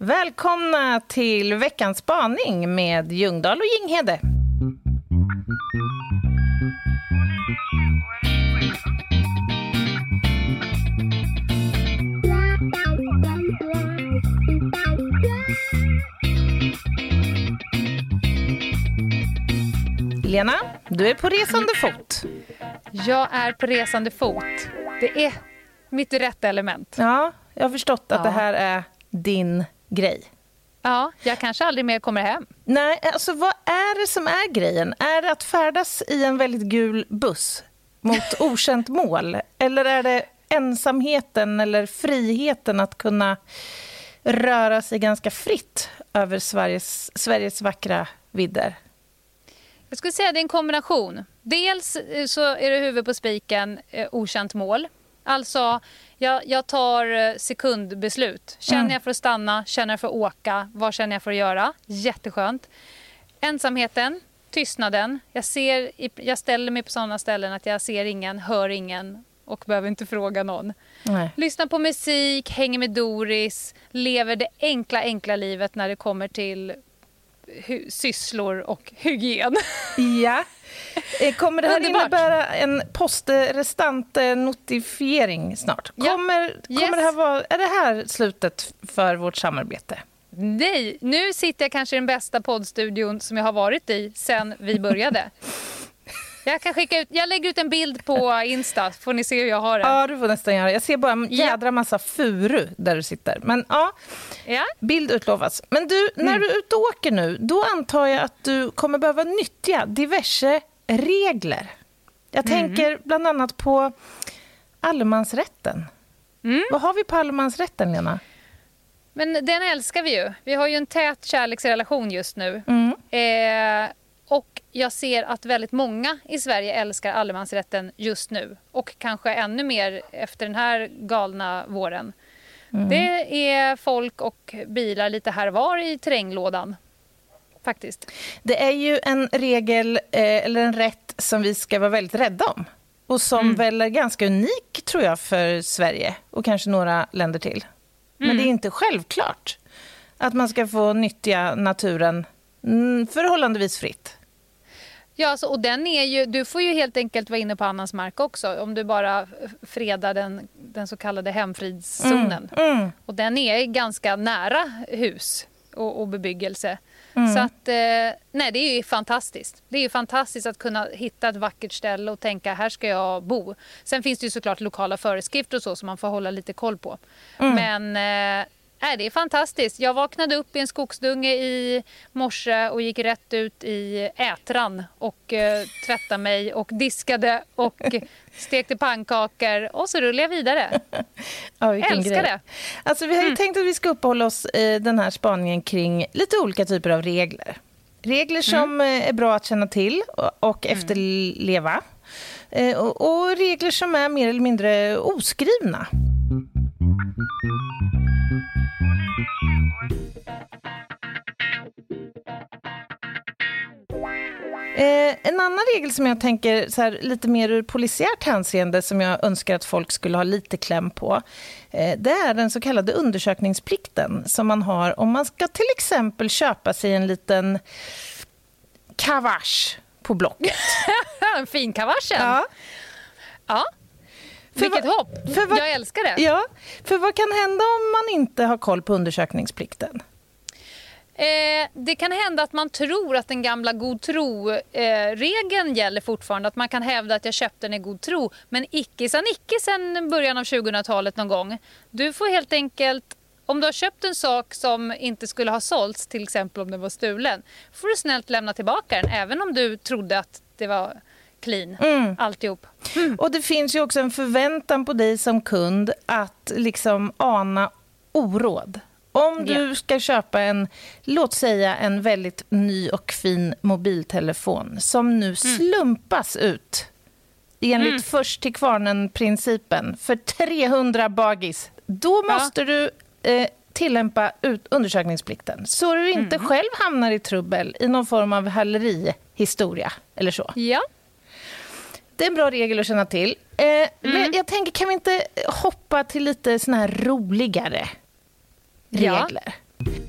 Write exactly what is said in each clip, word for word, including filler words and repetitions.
Välkomna till veckans spaning med Ljungdahl och Ginghede. Lena, du är på resande fot. Jag är på resande fot. Det är mitt rätta element. Ja, jag har förstått att Ja. det här är din grej. Ja, jag kanske aldrig mer kommer hem. Nej, alltså vad är det som är grejen? Är det att färdas i en väldigt gul buss mot okänt mål? Eller är det ensamheten eller friheten att kunna röra sig ganska fritt över Sveriges, Sveriges vackra vidder? Jag skulle säga att det är en kombination. Dels så är det huvud på spiken, eh, okänt mål. Alltså, jag, jag tar sekundbeslut. Känner Mm. jag för att stanna? Känner jag för att åka? Vad känner jag för att göra? Jätteskönt. Ensamheten, tystnaden. Jag, ser, jag ställer mig på sådana ställen att jag ser ingen, hör ingen och behöver inte fråga någon. Nej. Lyssnar på musik, hänger med Doris, lever det enkla, enkla livet när det kommer till hu- sysslor och hygien. Ja. Eh, Kommer det här Underbart. innebära en postrestant notifiering snart? Ja. Kommer, kommer Yes. det här vara, är det här slutet för vårt samarbete? Nej, nu sitter jag kanske i den bästa poddstudion som jag har varit i sen vi började. Jag kan skicka ut, jag lägger ut en bild på Insta, får ni se hur jag har det. Ja, du får nästan göra. Jag ser bara en jädra massa furu där du sitter. Men ja, Ja. bild utlovas. Men du, när Mm. du är ute och åker nu, då antar jag att du kommer behöva nyttja diverse regler. Jag Mm. tänker bland annat på allemansrätten. Mm. Vad har vi på allemansrätten, Lena? Men den älskar vi ju. Vi har ju en tät kärleksrelation just nu. Mm. Eh, och jag ser att väldigt många i Sverige älskar allemansrätten just nu. Och kanske ännu mer efter den här galna våren. Mm. Det är folk och bilar lite här var i terränglådan. Faktiskt. Det är ju en regel eh, eller en rätt som vi ska vara väldigt rädda om. Och som Mm. väl är ganska unik, tror jag, för Sverige. Och kanske några länder till. Men Mm. det är inte självklart att man ska få nyttja naturen mm, förhållandevis fritt. Ja, alltså, och den är ju, du får ju helt enkelt vara inne på annans mark också. Om du bara fredar den, den så kallade hemfridszonen. Mm. Mm. Och den är ganska nära hus och, och bebyggelse. Mm. Så att, eh, nej, det är ju fantastiskt. Det är ju fantastiskt att kunna hitta ett vackert ställe och tänka, här ska jag bo. Sen finns det ju såklart lokala föreskrifter och så som man får hålla lite koll på. Mm. Men eh, nej, det är fantastiskt. Jag vaknade upp i en skogsdunge i morse och gick rätt ut i Ätran och eh, tvättade mig och diskade och stekte pannkakor och så rullade jag vidare. Ja, vilken Älskar grej. det. Alltså, vi har ju Mm. tänkt att vi ska uppehålla oss i den här spaningen kring lite olika typer av regler. Regler som eh, är bra att känna till och, och efterleva. Eh, och, och regler som är mer eller mindre oskrivna. Eh, en annan regel som jag tänker så här, lite mer ur polisiärt hänseende som jag önskar att folk skulle ha lite kläm på, eh, det är den så kallade undersökningsplikten som man har om man ska till exempel köpa sig en liten kavasch på Blocket. En fin kavaschen. Ja. Ja. För Vilket vad- hopp. för vad- Jag älskar det. Ja, för vad kan hända om man inte har koll på undersökningsplikten? Eh, det kan hända att man tror att den gamla god tro-regeln eh, gäller fortfarande. Att man kan hävda att jag köpte den i god tro. Men icke sen icke sen början av tjugohundratalet någon gång. Du får helt enkelt, om du har köpt en sak som inte skulle ha sålts, till exempel om den var stulen, får du snällt lämna tillbaka den. Även om du trodde att det var clean, Mm. alltihop. Och det finns ju också en förväntan på dig som kund att liksom ana oråd. Om du Ja. ska köpa en, låt säga en väldigt ny och fin mobiltelefon som nu slumpas ut enligt Mm. först till kvarnen-principen för trehundra bagis, då Ja. måste du eh, tillämpa ut undersökningsplikten så du inte själv hamnar i trubbel i någon form av hälerihistoria eller så. Ja. Det är en bra regel att känna till. Eh, Men jag tänker, kan vi inte hoppa till lite såna här roligare Ja. regler?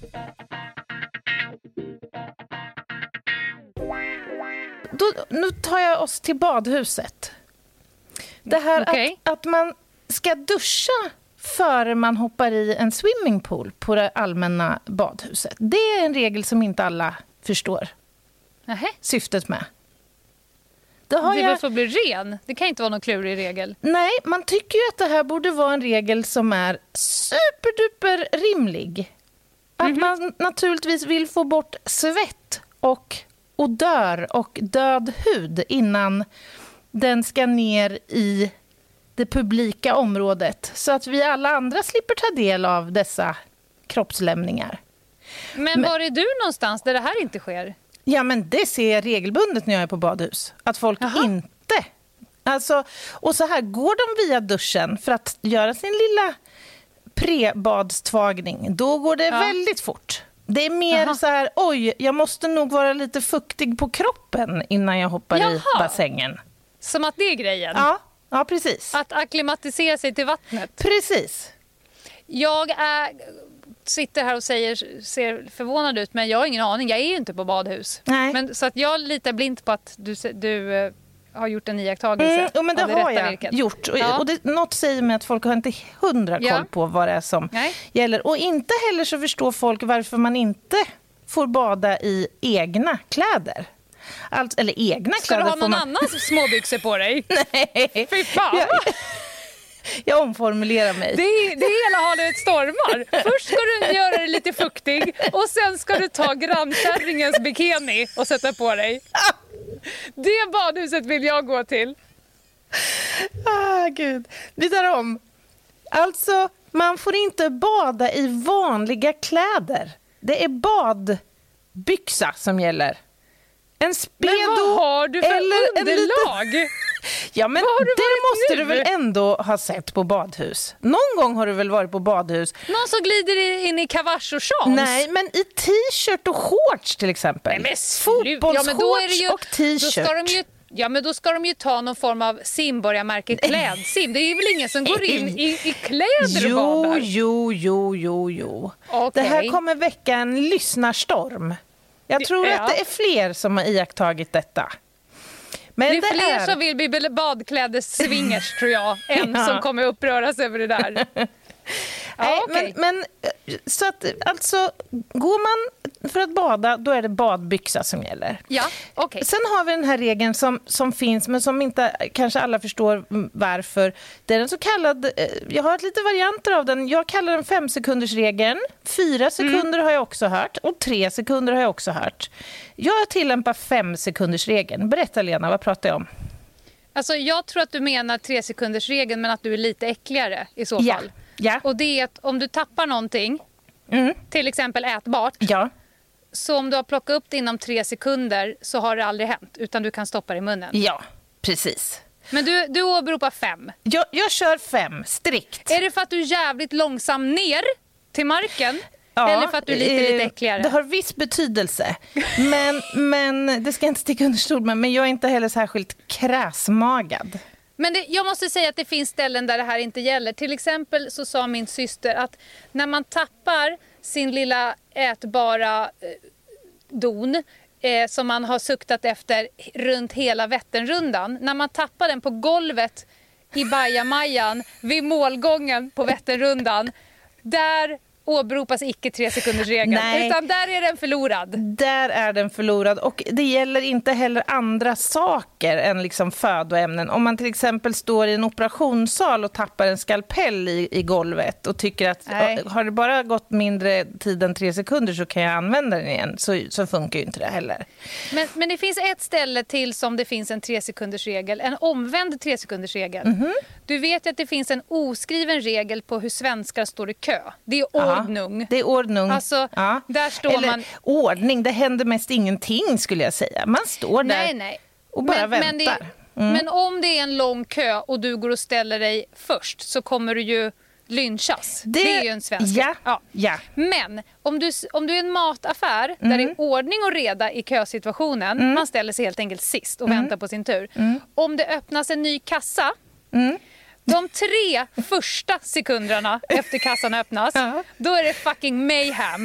då, nu tar jag oss till badhuset. Det här Okej. att, att man ska duscha före man hoppar i en swimmingpool på det allmänna badhuset. Det är en regel som inte alla förstår Nähä. syftet med. Det har Det är väl jag... för att bli ren? Det kan inte vara någon klurig regel. Nej, man tycker ju att det här borde vara en regel som är superduper rimlig. Att Mhm. man naturligtvis vill få bort svett och odör och död hud innan den ska ner i det publika området. Så att vi alla andra slipper ta del av dessa kroppslämningar. Men, Men- var är du någonstans där det här inte sker? Ja, men det ser jag regelbundet när jag är på badhus. Att folk Jaha. inte... Alltså, och så här, går de via duschen för att göra sin lilla prebadstagning, då går det Ja. väldigt fort. Det är mer Jaha. så här, oj, jag måste nog vara lite fuktig på kroppen innan jag hoppar i Jaha. bassängen. Som att det är grejen? Ja, ja precis. Att akklimatisera sig till vattnet? Precis. Jag är, sitter här och säger, ser förvånad ut, men jag har ingen aning. Jag är ju inte på badhus. Nej. Men, så att jag litar blint på att du, du eh, har gjort en iakttagelse. Mm, jo, men det av det har rätta jag virket. gjort. Och, Ja. och det, något säger mig att folk har inte hundra koll Ja. på vad det är som Nej. gäller. Och inte heller så förstår folk varför man inte får bada i egna kläder. Alltså, eller egna Ska du kläder ha får någon man... annans småbyxor på dig? Nej. Fy fan! Jag, jag omformulerar mig. Det, är- det är hela havet stormar. Först ska du göra dig lite fuktig och sen ska du ta grannkärringens bikini och sätta på dig. Det badhuset vill jag gå till. Ah, gud. Vi tar om. Alltså, man får inte bada i vanliga kläder. Det är badbyxa som gäller. En speedo Men vad har du för eller en liten- underlag? Ja, men Vad har du det varit måste nu? du väl ändå ha sett på badhus? Någon gång har du väl varit på badhus? Någon som glider in i kavasch och chans? Nej, men i t-shirt och shorts till exempel. Nej, men slut. Fotbollsshorts Ja, men då är det ju, och då ska de t-shirt. ju, ja, men då ska de ju ta någon form av simborgarmärke klädsim. Det är väl ingen som går in i, i kläder och Jo, badar? jo, jo, jo, jo. Okej. Det här kommer väcka en lyssnarstorm. Jag tror Ja. att det är fler som har iakttagit detta. Men Det är det fler är... som vill bli badklädesswingers tror jag, än Ja. som kommer uppröras över det där. Nej, Ja, okej. men, men så att alltså, går man för att bada, då är det badbyxa som gäller. Ja, okej. Sen har vi den här regeln som, som finns, men som inte kanske alla förstår varför. Det är den så kallad, eh, jag har hört lite varianter av den. Jag kallar den femsekundersregeln. Fyra sekunder har jag också hört och tre sekunder har jag också hört. Jag tillämpar femsekundersregeln. Berätta Lena, vad pratar jag om? Alltså, jag tror att du menar tre sekunders regeln, men att du är lite äckligare i så Ja, fall. ja, Och det är att om du tappar någonting, mm, till exempel ätbart, ja. så om du har plockat upp det inom tre sekunder så har det aldrig hänt, utan du kan stoppa det i munnen. Ja, precis. Men du, du åberopar fem. Jag, jag kör fem, strikt. Är det för att du är jävligt långsam ner till marken? Ja, Eller för att du är lite, eh, lite äckligare? Det har viss betydelse. Men, men det ska jag inte sticka under stol med. Men jag är inte heller särskilt kräsmagad. Men det, jag måste säga att det finns ställen där det här inte gäller. Till exempel så sa min syster att när man tappar sin lilla ätbara eh, don eh, som man har suktat efter runt hela Vätternrundan. När man tappar den på golvet i bajamajan vid målgången på Vätternrundan, där åberopas icke tre sekunders regeln. Nej. Utan där är den förlorad. Där är den förlorad. Och det gäller inte heller andra saker än liksom födoämnen. Om man till exempel står i en operationssal och tappar en skalpell i, i golvet och tycker att Nej. ja, har det bara gått mindre tid än tre sekunder så kan jag använda den igen. Så, så funkar ju inte det heller. Men, men det finns ett ställe till som det finns en tre sekunders regel, en omvänd tre sekunders regel. Mm-hmm. Du vet ju att det finns en oskriven regel på hur svenskar står i kö. Det är Ja, ordnung. det är ordnung. Alltså, ja. där står Eller man... ordning, det händer mest ingenting skulle jag säga. Man står där Nej, nej. och bara men, väntar. Men, det, men om det är en lång kö och du går och ställer dig först så kommer du ju lynchas. Det, är ju en svensk. Ja, Ja. ja. Men om du, om du är en mataffär där det är ordning och reda i kösituationen, man ställer sig helt enkelt sist och väntar på sin tur. Om det öppnas en ny kassa, de tre första sekunderna efter kassan öppnas, Ja. då är det fucking mayhem.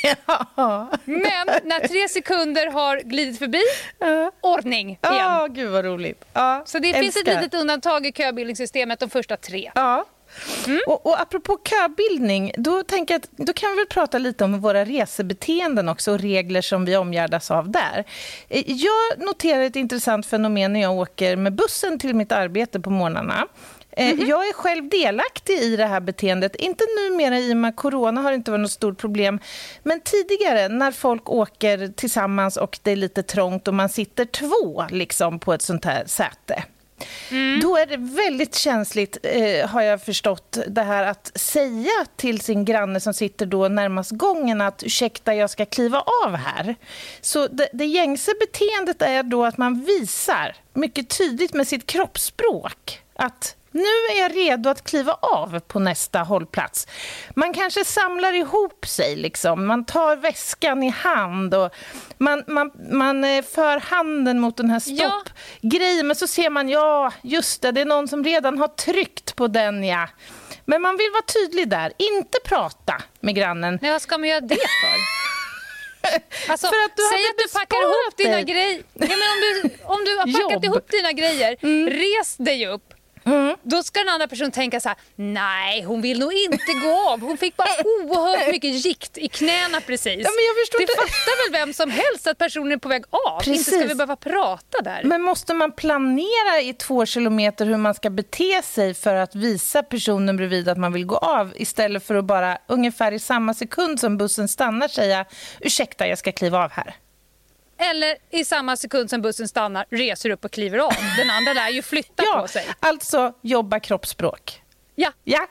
Ja. Men när tre sekunder har glidit förbi, Ja. ordning igen. Ja, gud vad roligt. Ja, Så det älskar. finns ett litet undantag i köbildningssystemet de första tre. Ja. Mm. Och, och apropå köbildning, då tänker jag att, då kan vi väl prata lite om våra resebeteenden också och regler som vi omgärdas av där. Jag noterar ett intressant fenomen när jag åker med bussen till mitt arbete på morgnarna. Mm-hmm. Jag är själv delaktig i det här beteendet. Inte numera i och med corona har det inte varit något stort problem. Men tidigare när folk åker tillsammans och det är lite trångt och man sitter två liksom på ett sånt här säte. Mm. Då är det väldigt känsligt, eh, har jag förstått, det här att säga till sin granne som sitter då närmast gången att ursäkta, jag ska kliva av här. Så det, det gängse beteendet är då att man visar mycket tydligt med sitt kroppsspråk att nu är jag redo att kliva av på nästa hållplats. Man kanske samlar ihop sig, liksom. Man tar väskan i hand och man, man, man för handen mot den här stoppgrejen. Ja. Men så ser man, ja, just det, det är någon som redan har tryckt på den, ja. Men man vill vara tydlig där, inte prata med grannen. Nej, vad ska man göra det för? Alltså, för att du säg att du packar ihop dig. dina grejer. Ja, men om, du, om du har packat Jobb. ihop dina grejer, mm. res dig upp. Mm. Då ska den andra personen tänka så här: nej, hon vill nog inte gå av. Hon fick bara oerhört mycket gikt i knäna precis. Ja, men jag förstår det inte. Fattar väl vem som helst att personen är på väg av. Precis. Inte ska vi behöva prata där. Men måste man planera i två kilometer hur man ska bete sig för att visa personen bredvid att man vill gå av, istället för att bara ungefär i samma sekund som bussen stannar säga ursäkta, jag ska kliva av här? Eller i samma sekund som bussen stannar reser upp och kliver av. Den andra lär ju flytta ja, på sig. Alltså jobba kroppsspråk. Ja. Ja.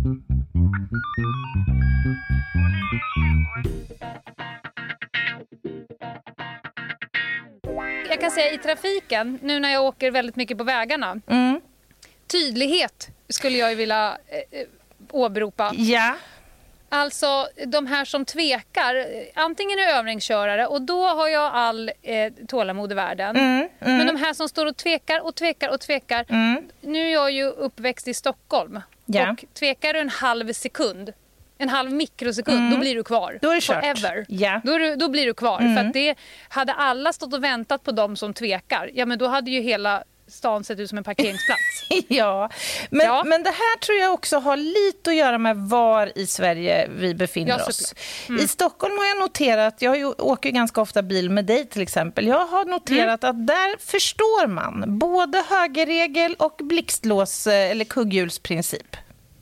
Jag kan säga i trafiken, nu när jag åker väldigt mycket på vägarna. Mm. Tydlighet skulle jag vilja eh, åberopa. Ja. Alltså de här som tvekar, antingen är övningskörare och då har jag all eh, tålamod i världen. Mm, mm. Men de här som står och tvekar och tvekar och tvekar. Mm. Nu är jag ju uppväxt i Stockholm. Ja. Och tvekar du en halv sekund, en halv mikrosekund, mm. då blir du kvar. Då är det kört. Forever. Ja. Då, är du, då blir du kvar. Mm. För att det, hade alla stått och väntat på dem som tvekar, ja men då hade ju hela stan sett ut som en parkeringsplats. ja. Men, ja, men det här tror jag också har lite att göra med var i Sverige vi befinner ja, oss. Mm. I Stockholm har jag noterat, jag åker ju ganska ofta bil med dig till exempel, jag har noterat mm. att där förstår man både högerregel och blixtlås eller kugghjulsprincip.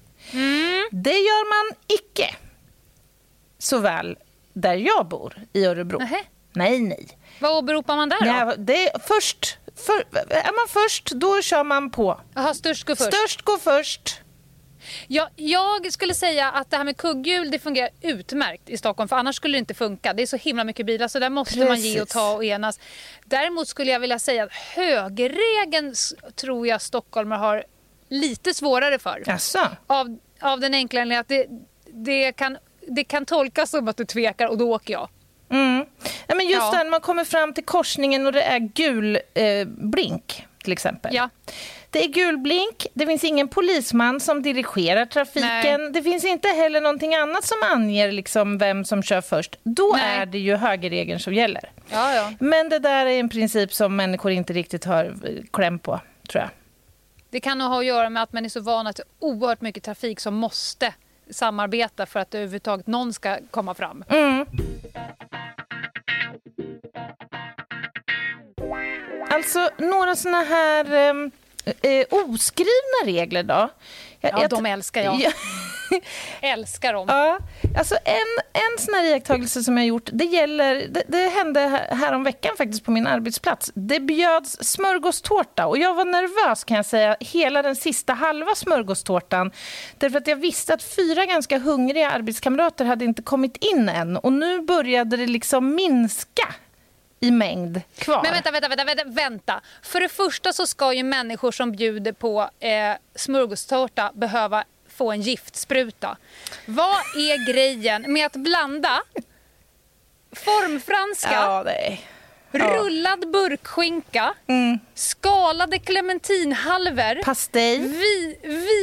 Mm. Det gör man icke så väl där jag bor i Örebro. Nähä. Nej, nej. Vad åberopar man där då? Ja, det är först, för, är man först, då kör man på. Aha, störst går först. Störst går först. Ja, jag skulle säga att det här med kugghjul, det fungerar utmärkt i Stockholm, för annars skulle det inte funka. Det är så himla mycket bilar, så där måste Precis. man ge och ta och enas. Däremot skulle jag vilja säga att högerregeln tror jag stockholmare har lite svårare för. Jaså? Av, av den enkla anledningen att det, det, kan, det kan tolkas som att du tvekar och då åker jag. Mm. Ja, men just ja. när man kommer fram till korsningen och det är gul eh, blink till exempel. Ja. Det är gul blink, det finns ingen polisman som dirigerar trafiken. Nej. Det finns inte heller någonting annat som anger liksom vem som kör först. Då Nej. är det ju högerregeln som gäller. Ja, ja. Men det där är en princip som människor inte riktigt har kläm på, tror jag. Det kan nog ha att göra med att man är så van att det är oerhört mycket trafik som måste samarbeta för att överhuvudtaget någon ska komma fram. Mm. Alltså några såna här eh, eh, oskrivna regler då. Jag, ja, jag, de älskar jag. jag älskar dem. Ja, alltså en, en sån här iakttagelse som jag gjort, det gäller, det, det hände här om veckan faktiskt på min arbetsplats. Det bjöds smörgåstårta och jag var nervös kan jag säga hela den sista halva smörgåstårtan. Därför att jag visste att fyra ganska hungriga arbetskamrater hade inte kommit in än och nu började det liksom minska i mängd kvar. Men vänta, vänta, vänta, vänta, vänta. För det första så ska ju människor som bjuder på eh, smörgåstårta behöva få en giftspruta. Vad är grejen med att blanda formfranska, ja, nej. Ja. rullad burkskinka, mm. skalade clementinhalvor, pastej, vi,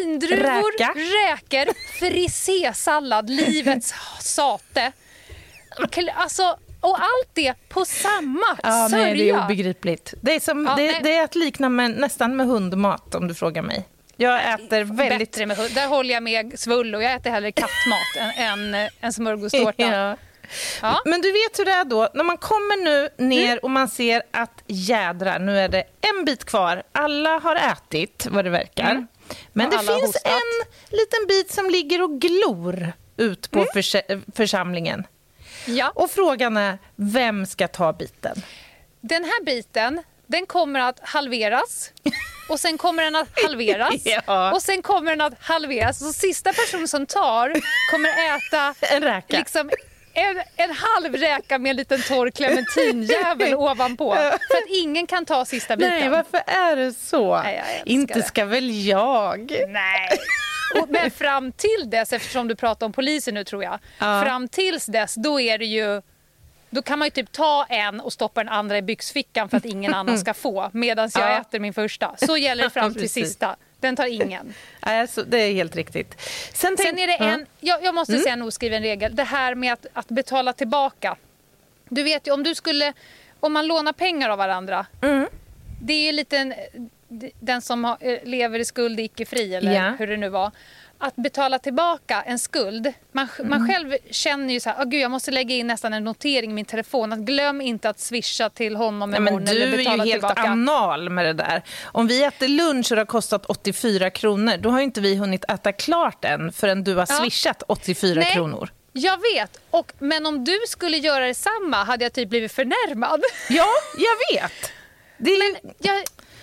vindruvor, Räka. räkor, frisésallad, livets sate, Alltså, och allt det på samma ja, sörja. nej, det är obegripligt. Det är, som, Ja, det, det är att likna med, nästan med hundmat, om du frågar mig. Jag äter väldigt... Bättre med hund. Där håller jag med Svullo. Jag äter hellre kattmat än, än en smörgåstårta. Ja. Ja. Men du vet hur det är då, när man kommer nu ner och man ser att jädrar, nu är det en bit kvar. Alla har ätit, vad det verkar. Mm. Men och det finns finns en liten bit som ligger och glor ut på mm. förs- församlingen. Ja. Och frågan är, vem ska ta biten? Den här biten, den kommer att halveras. Och sen kommer den att halveras. Ja. Och sen kommer den att halveras. Så sista personen som tar kommer äta en räka. Liksom en, en halv räka med en liten torr clementinjävel ovanpå. För att ingen kan ta sista biten. Nej, varför är det så? Nej, inte ska det. väl jag? Nej. Och, men fram till dess, eftersom du pratar om polisen nu tror jag. Ja. Fram tills dess, då är det ju... Då kan man ju typ ta en och stoppa den andra i byxfickan för att ingen annan ska få. Medan jag ja. äter min första. Så gäller det fram till sista. Den tar ingen. Alltså, det är helt riktigt. Sen, tänk... Sen är det en, jag, jag måste mm. säga en oskriven regel. Det här med att, att betala tillbaka. Du vet ju, om du skulle, om man lånar pengar av varandra. Mm. Det är ju lite en, den som har, lever i skuld är icke fri, eller ja. hur det nu var. Att betala tillbaka en skuld. Man, mm. man själv känner ju så här, oh, gud, jag måste lägga in nästan en notering i min telefon. Att glöm inte att swisha till honom ja, imorgon eller betala tillbaka. Du är ju helt tillbaka. anal med det där. Om vi äter lunch och det har kostat åttiofyra kronor, då har ju inte vi hunnit äta klart än förrän du har ja. swishat åttiofyra Nej. kronor. Jag vet, och, men om du skulle göra detsamma hade jag typ blivit förnärmad. Ja, jag vet. Det är... Men jag,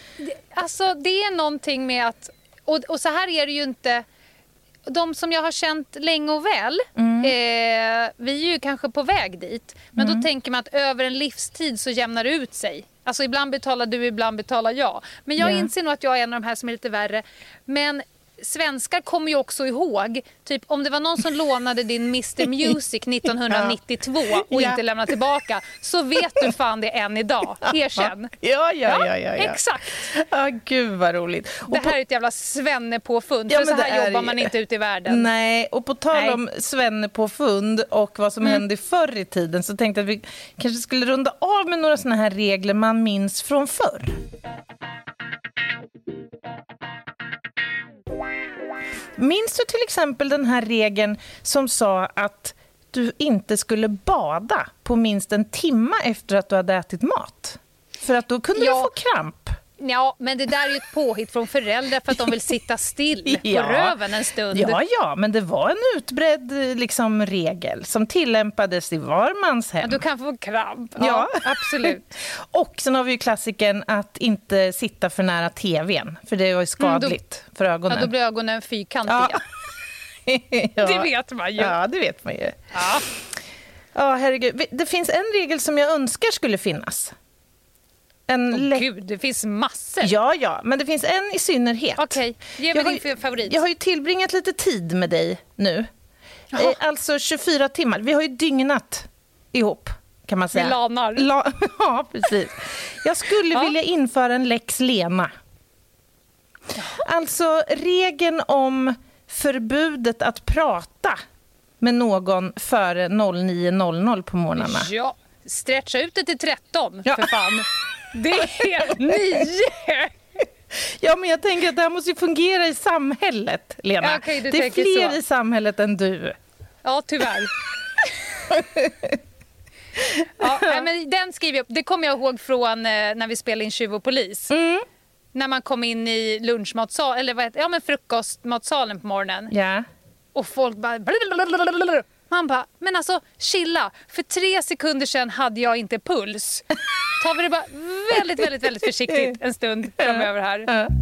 alltså, det är någonting med att... Och, och så här är det ju inte... De som jag har känt länge och väl, mm. eh, vi är ju kanske på väg dit. Men mm. då tänker man att över en livstid så jämnar det ut sig. Alltså ibland betalar du, ibland betalar jag. Men jag yeah. inser nog att jag är en av de här som är lite värre. Men svenskar kommer ju också ihåg, typ om det var någon som lånade din mister Music nittonhundranittiotvå och ja. inte lämnade tillbaka, så vet du fan det än idag. Erkänn. Ja, ja, ja, ja, ja. Exakt. Ja, gud vad roligt. Och det här på... är ett jävla svennepåfund. Ja, för så här är... jobbar man inte ute i världen. Nej, och på tal Nej. om svennepåfund och vad som mm. hände förr i tiden, så tänkte jag att vi kanske skulle runda av med några såna här regler man minns från förr. Minns du till exempel den här regeln som sa att du inte skulle bada på minst en timme efter att du hade ätit mat? För att då kunde ja. du få kramp. Ja, men det där är ju ett påhitt från föräldrar för att de vill sitta still ja. på röven en stund. Ja, ja, men det var en utbredd liksom, regel som tillämpades i var mans hem. Ja, du kan få kramp. Ja, ja. Absolut. Och sen har vi ju klassiken att inte sitta för nära tvn, för det var ju skadligt mm, då, för ögonen. Ja, då blir ögonen fyrkantiga. Ja. ja. Det vet man ju. Ja, det vet man ju. Ja. Ja, herregud. Det finns en regel som jag önskar skulle finnas. En oh, le- Gud, det finns massor. Ja, ja, men det finns en i synnerhet. Okej, okay. Ge mig din favorit. Jag har ju tillbringat lite tid med dig nu. Eh, alltså tjugofyra timmar. Vi har ju dygnat ihop, kan man säga. Vi lanar. La- ja, precis. Jag skulle ja. vilja införa en lex Lena. Alltså regeln om förbudet att prata med någon före nio noll noll på morgnarna. Ja, stretcha ut det till tretton, ja. för fan. Det är nio! Ja, men jag tänker att det här måste ju fungera i samhället, Lena. Ja, okay, det är fler så. i samhället än du. Ja, tyvärr. ja, men den skriver jag upp. Det kommer jag ihåg från när vi spelade in Tjuv och polis. Mm. När man kom in i lunchmatsalen, eller vad heter, ja, men frukostmatsalen på morgonen. Ja. Och folk bara... Man bara, men alltså, chilla. För tre sekunder sedan hade jag inte puls. Tar vi det bara väldigt, väldigt, väldigt försiktigt en stund framöver här.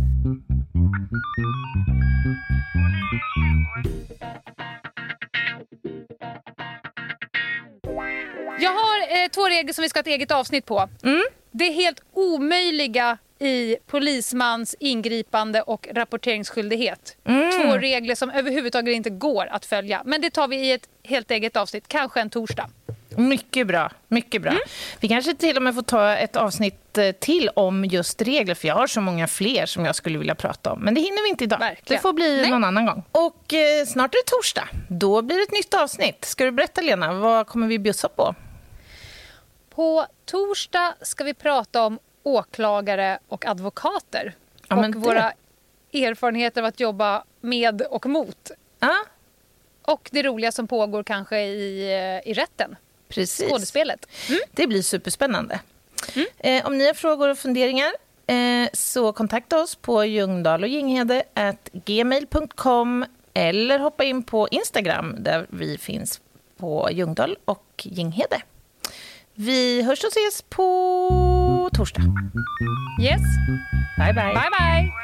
Jag har eh, två regler som vi ska ha ett eget avsnitt på. Mm. Det är helt omöjliga i polismans ingripande och rapporteringsskyldighet. Mm. Två regler som överhuvudtaget inte går att följa. Men det tar vi i ett helt eget avsnitt, kanske en torsdag. Mycket bra, mycket bra. Mm. Vi kanske till och med får ta ett avsnitt till om just regler, för jag har så många fler som jag skulle vilja prata om. Men det hinner vi inte idag. Verkligen. Det får bli Nej. någon annan gång. Och eh, snart är det torsdag. Då blir det ett nytt avsnitt. Ska du berätta, Lena, vad kommer vi bjussa på? På torsdag ska vi prata om åklagare och advokater. Ja, och det... våra erfarenheter av att jobba med och mot. Ja. Och det roliga som pågår kanske i, i rätten. Precis. Skådespelet. Mm. Det blir superspännande. Mm. Eh, om ni har frågor och funderingar eh, så kontakta oss på ljungdahl och ginghede at gmail punkt com eller hoppa in på Instagram där vi finns på Ljungdahl och Ginghede. Vi hörs och ses på torsdag. Yes. Bye bye. Bye bye.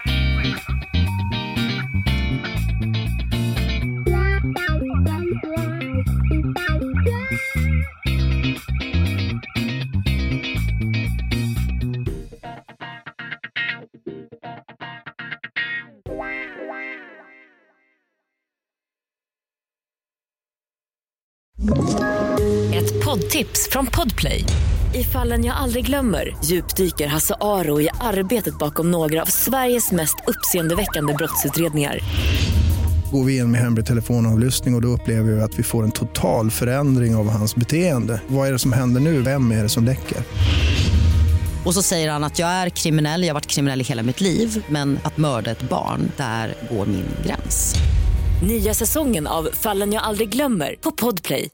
Ett poddtips från Podplay. I Fallen jag aldrig glömmer djupdyker Hasse Aro i arbetet bakom några av Sveriges mest uppseendeväckande brottsutredningar. Går vi in med hemlig telefonavlyssning och, och då upplever vi att vi får en total förändring av hans beteende. Vad är det som händer nu? Vem är det som läcker? Och så säger han att jag är kriminell, jag har varit kriminell i hela mitt liv. Men att mörda ett barn, där går min gräns. Nya säsongen av Fallen jag aldrig glömmer på Podplay.